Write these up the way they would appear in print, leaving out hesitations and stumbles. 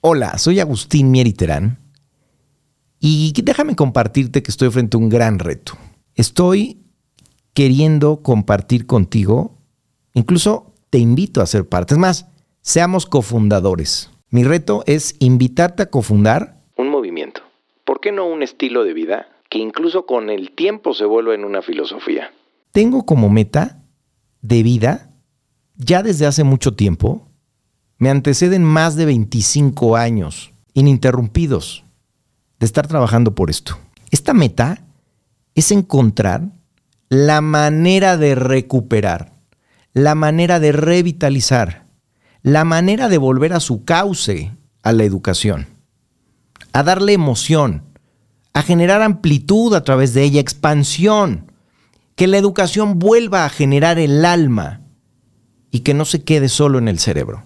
Hola, soy Agustín Mier y Terán y déjame compartirte que estoy frente a un gran reto. Estoy queriendo compartir contigo, incluso te invito a ser parte. Es más, seamos cofundadores. Mi reto es invitarte a cofundar un movimiento. ¿Por qué no un estilo de vida que incluso con el tiempo se vuelve en una filosofía? Tengo como meta de vida, ya desde hace mucho tiempo, me anteceden más de 25 años ininterrumpidos de estar trabajando por esto. Esta meta es encontrar la manera de recuperar, la manera de revitalizar, la manera de volver a su cauce a la educación, a darle emoción, a generar amplitud a través de ella, expansión, que la educación vuelva a generar el alma y que no se quede solo en el cerebro.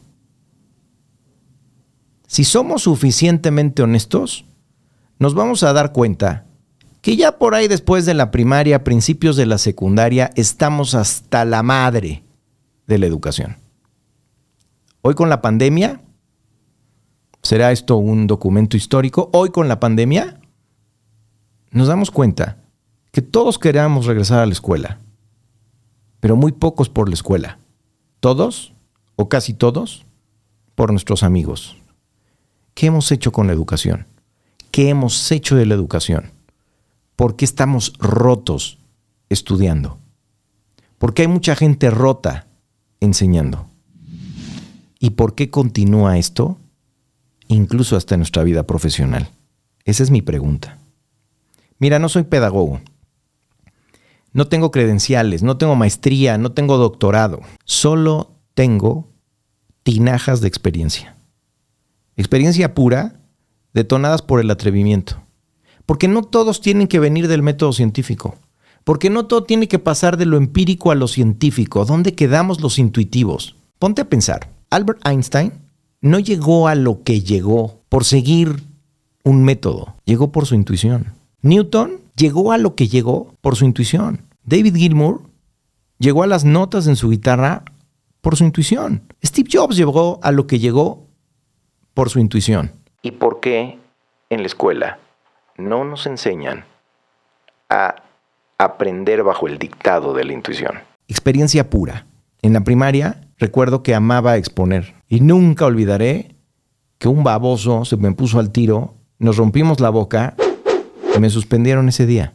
Si somos suficientemente honestos, nos vamos a dar cuenta que ya por ahí después de la primaria, principios de la secundaria, estamos hasta la madre de la educación. Hoy con la pandemia, ¿será esto un documento histórico? Hoy con la pandemia, nos damos cuenta que todos queremos regresar a la escuela, pero muy pocos por la escuela. Todos, o casi todos, por nuestros amigos. ¿Qué hemos hecho con la educación? ¿Qué hemos hecho de la educación? ¿Por qué estamos rotos estudiando? ¿Por qué hay mucha gente rota enseñando? ¿Y por qué continúa esto? Incluso hasta en nuestra vida profesional. Esa es mi pregunta. Mira, no soy pedagogo. No tengo credenciales, no tengo maestría, no tengo doctorado. Solo tengo tinajas de experiencia. Experiencia pura, detonadas por el atrevimiento. Porque no todos tienen que venir del método científico. Porque no todo tiene que pasar de lo empírico a lo científico. ¿Dónde quedamos los intuitivos? Ponte a pensar. Albert Einstein no llegó a lo que llegó por seguir un método. Llegó por su intuición. Newton llegó a lo que llegó por su intuición. David Gilmour llegó a las notas en su guitarra por su intuición. Steve Jobs llegó a lo que llegó por su intuición. ¿Y por qué en la escuela no nos enseñan a aprender bajo el dictado de la intuición? Experiencia pura. En la primaria recuerdo que amaba exponer y nunca olvidaré que un baboso se me puso al tiro, nos rompimos la boca y me suspendieron ese día.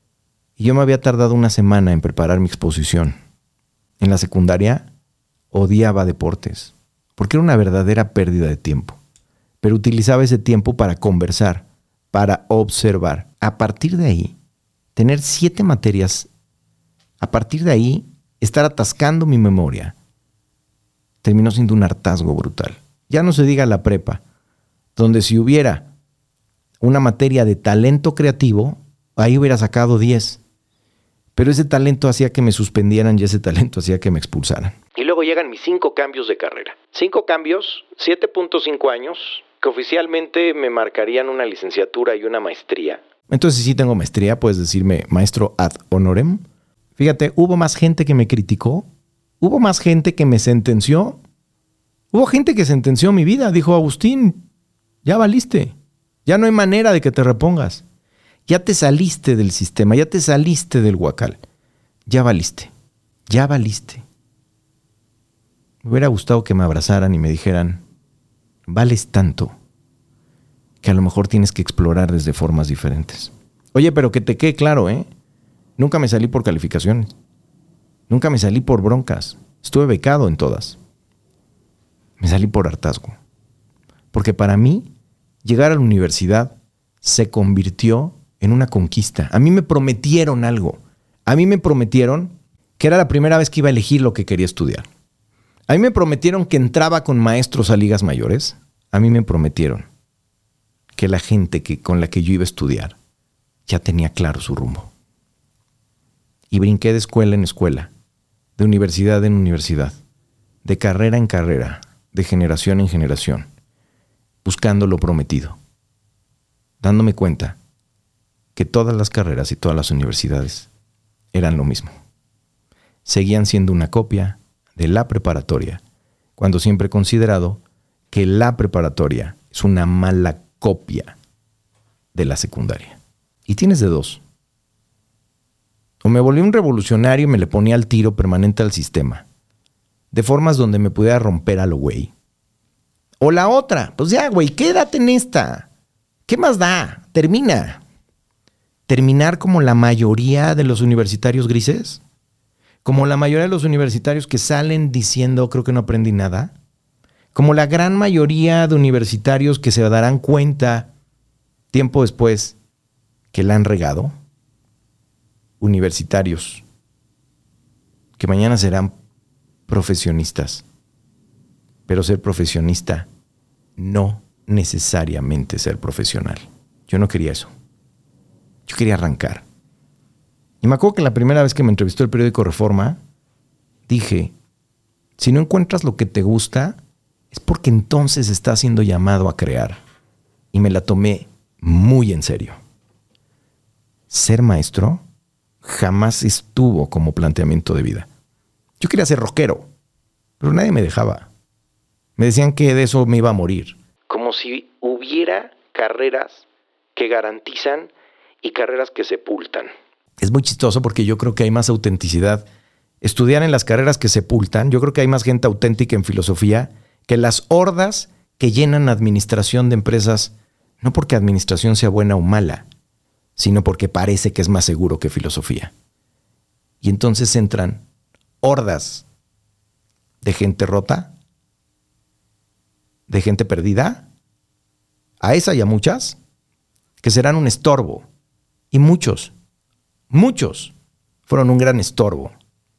Y yo me había tardado una semana en preparar mi exposición. En la secundaria odiaba deportes porque era una verdadera pérdida de tiempo. Pero utilizaba ese tiempo para conversar, para observar. A partir de ahí, tener 7 materias, a partir de ahí, estar atascando mi memoria, terminó siendo un hartazgo brutal. Ya no se diga la prepa, donde si hubiera una materia de talento creativo, ahí hubiera sacado 10. Pero ese talento hacía que me suspendieran y ese talento hacía que me expulsaran. Y luego llegan mis 5 cambios de carrera. 5 cambios, 7.5 años, que oficialmente me marcarían una licenciatura y una maestría. Entonces, si sí tengo maestría, puedes decirme maestro ad honorem. Fíjate, hubo más gente que me criticó, hubo más gente que me sentenció, hubo gente que sentenció mi vida. Dijo, Agustín, ya valiste, ya no hay manera de que te repongas. Ya te saliste del sistema, ya te saliste del huacal. Ya valiste, ya valiste. Me hubiera gustado que me abrazaran y me dijeran, vales tanto que a lo mejor tienes que explorar desde formas diferentes. Oye, pero que te quede claro, nunca me salí por calificaciones. Nunca me salí por broncas. Estuve becado en todas. Me salí por hartazgo. Porque para mí, llegar a la universidad se convirtió en una conquista. A mí me prometieron algo. A mí me prometieron que era la primera vez que iba a elegir lo que quería estudiar. A mí me prometieron que entraba con maestros a ligas mayores. A mí me prometieron que la gente con la que yo iba a estudiar ya tenía claro su rumbo. Y brinqué de escuela en escuela, de universidad en universidad, de carrera en carrera, de generación en generación, buscando lo prometido, dándome cuenta que todas las carreras y todas las universidades eran lo mismo. Seguían siendo una copia de la preparatoria, cuando siempre he considerado que la preparatoria es una mala copia de la secundaria. Y tienes de dos. O me volví un revolucionario y me le ponía al tiro permanente al sistema, de formas donde me pudiera romper a lo güey. O la otra, pues ya, güey, quédate en esta. ¿Qué más da? Termina. ¿Terminar como la mayoría de los universitarios grises? ¿Como la mayoría de los universitarios que salen diciendo creo que no aprendí nada? ¿Como la gran mayoría de universitarios que se darán cuenta tiempo después que la han regado? Universitarios que mañana serán profesionistas. Pero ser profesionista no necesariamente ser profesional. Yo no quería eso. Yo quería arrancar. Y me acuerdo que la primera vez que me entrevistó el periódico Reforma, dije, si no encuentras lo que te gusta, es porque entonces estás siendo llamado a crear. Y me la tomé muy en serio. Ser maestro jamás estuvo como planteamiento de vida. Yo quería ser rockero, pero nadie me dejaba. Me decían que de eso me iba a morir. Como si hubiera carreras que garantizan y carreras que sepultan. Es muy chistoso porque yo creo que hay más autenticidad. Estudiar en las carreras que sepultan, yo creo que hay más gente auténtica en filosofía que las hordas que llenan administración de empresas, no porque administración sea buena o mala, sino porque parece que es más seguro que filosofía. Y entonces entran hordas de gente rota, de gente perdida, a esa y a muchas, que serán un estorbo. Y muchos fueron un gran estorbo.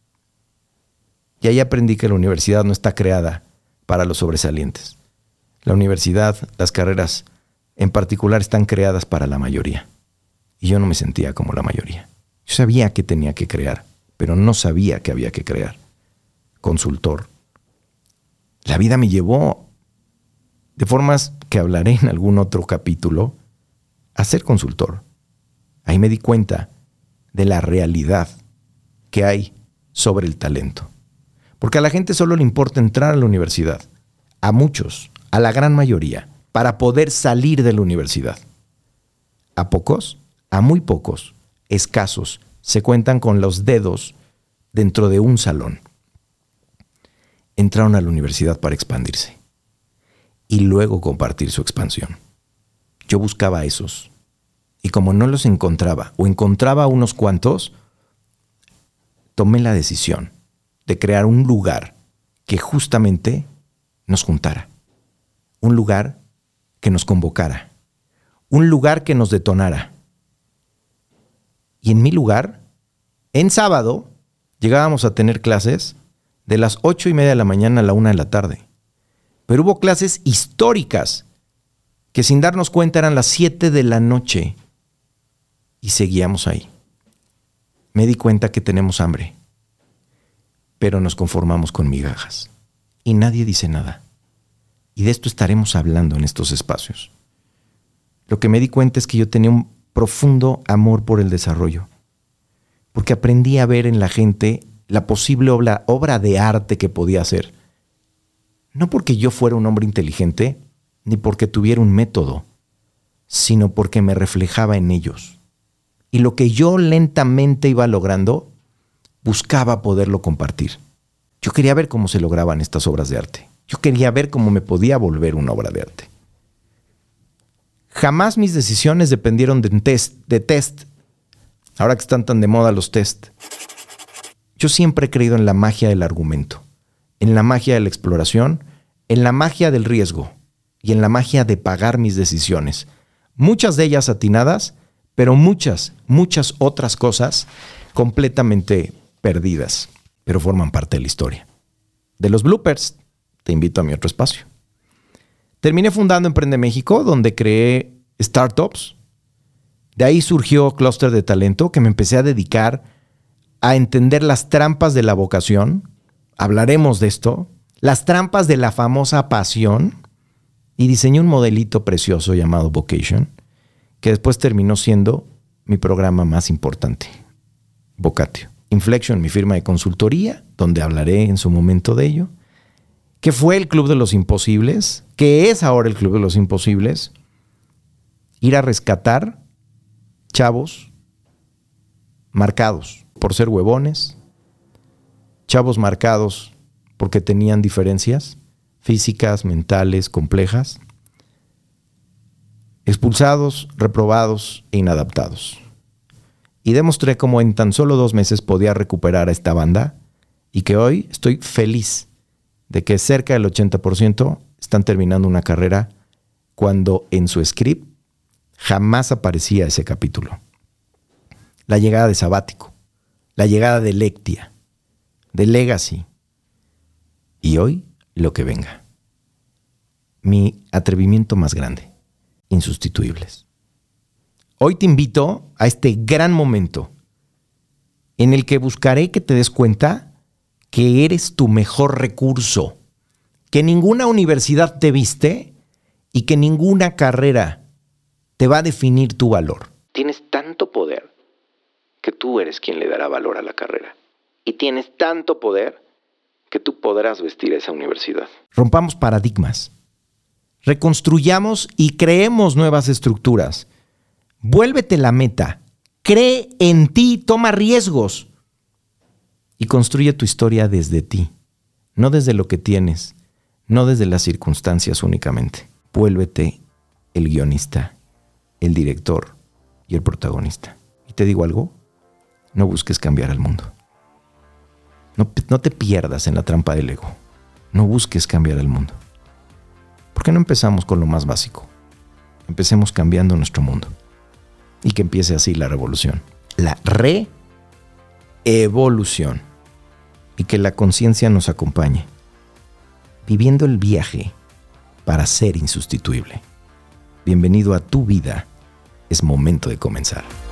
Y ahí aprendí que la universidad no está creada para los sobresalientes. La universidad, las carreras en particular, están creadas para la mayoría. Y yo no me sentía como la mayoría. Yo sabía que tenía que crear, pero no sabía que había que crear. Consultor. La vida me llevó, de formas que hablaré en algún otro capítulo, a ser consultor. Ahí me di cuenta de la realidad que hay sobre el talento. Porque a la gente solo le importa entrar a la universidad. A muchos, a la gran mayoría, para poder salir de la universidad. A pocos, a muy pocos, escasos, se cuentan con los dedos dentro de un salón. Entraron a la universidad para expandirse y luego compartir su expansión. Yo buscaba a esos y como no los encontraba o encontraba a unos cuantos, tomé la decisión de crear un lugar que justamente nos juntara, un lugar que nos convocara, un lugar que nos detonara. Y en mi lugar, en sábado, llegábamos a tener clases de las 8:30 de la mañana a la 1 de la tarde. Pero hubo clases históricas que sin darnos cuenta eran las 7 de la noche y seguíamos ahí. Me di cuenta que tenemos hambre, pero nos conformamos con migajas y nadie dice nada. Y de esto estaremos hablando en estos espacios. Lo que me di cuenta es que yo tenía un profundo amor por el desarrollo, porque aprendí a ver en la gente la posible obra de arte que podía hacer. No porque yo fuera un hombre inteligente, ni porque tuviera un método, sino porque me reflejaba en ellos. Y lo que yo lentamente iba logrando, buscaba poderlo compartir. Yo quería ver cómo se lograban estas obras de arte. Yo quería ver cómo me podía volver una obra de arte. Jamás mis decisiones dependieron de test. Ahora que están tan de moda los test. Yo siempre he creído en la magia del argumento, en la magia de la exploración, en la magia del riesgo y en la magia de pagar mis decisiones. Muchas de ellas atinadas, pero muchas otras cosas completamente perdidas, pero forman parte de la historia. De los bloopers, te invito a mi otro espacio. Terminé fundando Emprende México, donde creé startups. De ahí surgió Clúster de Talento, que me empecé a dedicar a entender las trampas de la vocación. Hablaremos de esto. Las trampas de la famosa pasión. Y diseñé un modelito precioso llamado Vocation, que después terminó siendo mi programa más importante, Vocatio. Inflection, mi firma de consultoría, donde hablaré en su momento de ello. que fue el Club de los Imposibles, que es ahora el Club de los Imposibles, ir a rescatar chavos marcados por ser huevones, chavos marcados porque tenían diferencias físicas, mentales, complejas, expulsados, reprobados e inadaptados. Y demostré cómo en tan solo 2 meses podía recuperar a esta banda y que hoy estoy feliz de que cerca del 80% están terminando una carrera cuando en su script jamás aparecía ese capítulo. La llegada de Sabático, la llegada de Lectia, de Legacy y hoy lo que venga. Mi atrevimiento más grande, Insustituibles. Hoy te invito a este gran momento en el que buscaré que te des cuenta que eres tu mejor recurso, que ninguna universidad te viste y que ninguna carrera te va a definir tu valor. Tienes tanto poder que tú eres quien le dará valor a la carrera. Y tienes tanto poder que tú podrás vestir esa universidad. Rompamos paradigmas. Reconstruyamos y creemos nuevas estructuras. Vuélvete la meta. Cree en ti, toma riesgos. Y construye tu historia desde ti. No desde lo que tienes. No desde las circunstancias únicamente. Vuélvete el guionista, el director y el protagonista. Y te digo algo, no busques cambiar al mundo. No te pierdas en la trampa del ego. No busques cambiar al mundo. ¿Por qué no empezamos con lo más básico? Empecemos cambiando nuestro mundo. Y que empiece así la revolución. La re-evolución. Y que la conciencia nos acompañe. Viviendo el viaje para ser insustituible. Bienvenido a tu vida. Es momento de comenzar.